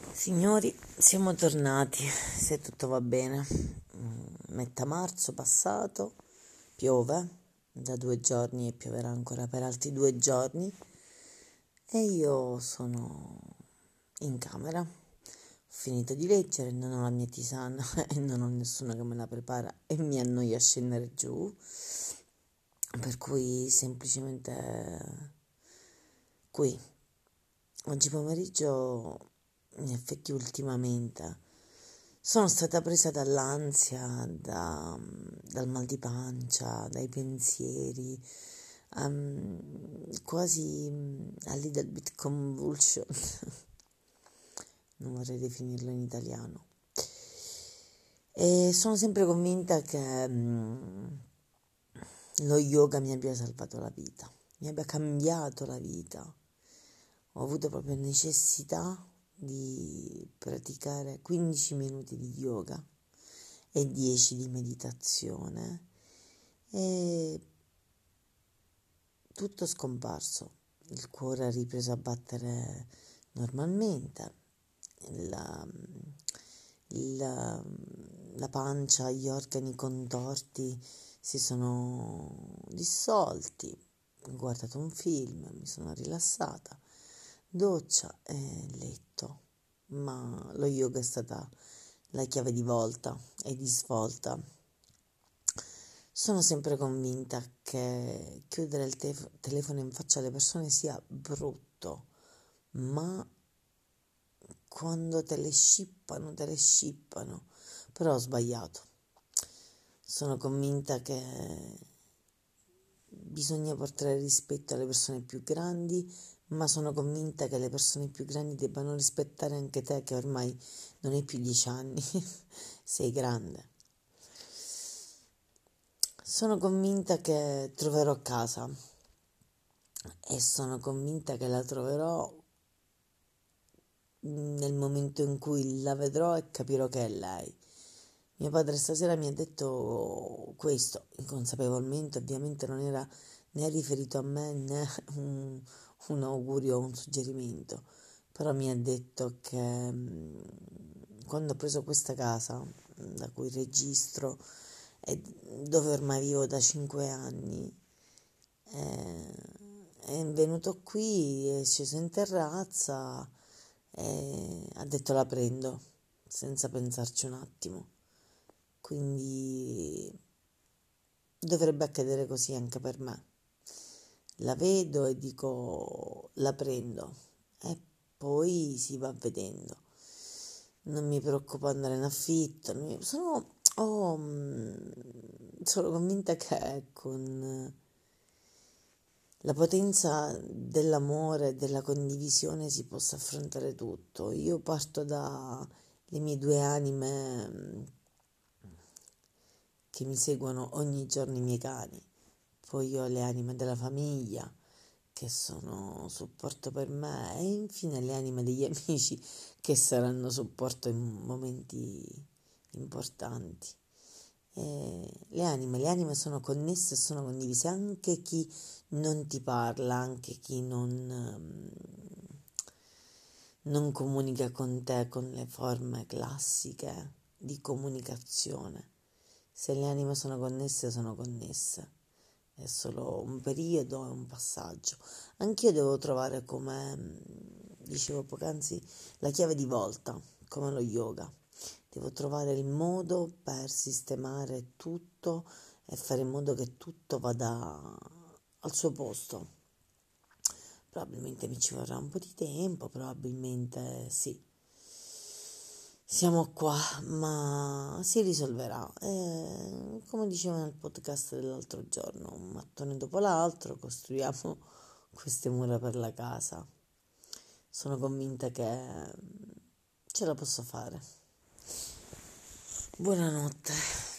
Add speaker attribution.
Speaker 1: Signori, siamo tornati, se tutto va bene. Metà marzo passato, piove da 2 giorni e pioverà ancora per altri 2 giorni e io sono in camera. Ho finito di leggere, non ho la mia tisana e non ho nessuno che me la prepara e mi annoia scendere giù, per cui semplicemente qui. Oggi pomeriggio, in effetti ultimamente, sono stata presa dall'ansia, dal mal di pancia, dai pensieri, quasi a little bit convulsion, non vorrei definirlo in italiano. E sono sempre convinta che lo yoga mi abbia salvato la vita, mi abbia cambiato la vita. Ho avuto proprio necessità di praticare 15 minuti di yoga e 10 di meditazione e tutto è scomparso. Il cuore ha ripreso a battere normalmente, la pancia, gli organi contorti si sono dissolti. Ho guardato un film, mi sono rilassata. Doccia e letto, ma lo yoga è stata la chiave di volta e di svolta. Sono sempre convinta che chiudere il telefono in faccia alle persone sia brutto, ma quando te le scippano, però ho sbagliato. Sono convinta che bisogna portare rispetto alle persone più grandi, ma sono convinta che le persone più grandi debbano rispettare anche te, che ormai non hai più 10 anni, sei grande. Sono convinta che troverò casa e sono convinta che la troverò nel momento in cui la vedrò e capirò che è lei. Mio padre stasera mi ha detto questo, inconsapevolmente, ovviamente non era né riferito a me né un augurio o un suggerimento, però mi ha detto che quando ho preso questa casa, da cui registro e dove ormai vivo da 5 anni, è venuto qui, è sceso in terrazza e ha detto la prendo, senza pensarci un attimo. Quindi dovrebbe accadere così anche per me. La vedo e dico la prendo e poi si va vedendo. Non mi preoccupa andare in affitto, sono convinta che con la potenza dell'amore e della condivisione si possa affrontare tutto. Io parto dalle mie due anime che mi seguono ogni giorno, i miei cani, poi ho le anime della famiglia che sono supporto per me e infine le anime degli amici che saranno supporto in momenti importanti. Le anime sono connesse e sono condivise, anche chi non ti parla, anche chi non comunica con te con le forme classiche di comunicazione. Se le anime sono connesse, sono connesse. È solo un periodo, è un passaggio. Anch'io devo trovare, come dicevo poc'anzi, la chiave di volta, come lo yoga. Devo trovare il modo per sistemare tutto e fare in modo che tutto vada al suo posto. Probabilmente mi ci vorrà un po' di tempo, probabilmente sì. Siamo qua, ma si risolverà. Come dicevo nel podcast dell'altro giorno, un mattone dopo l'altro costruiamo queste mura per la casa. Sono convinta che ce la posso fare. Buonanotte.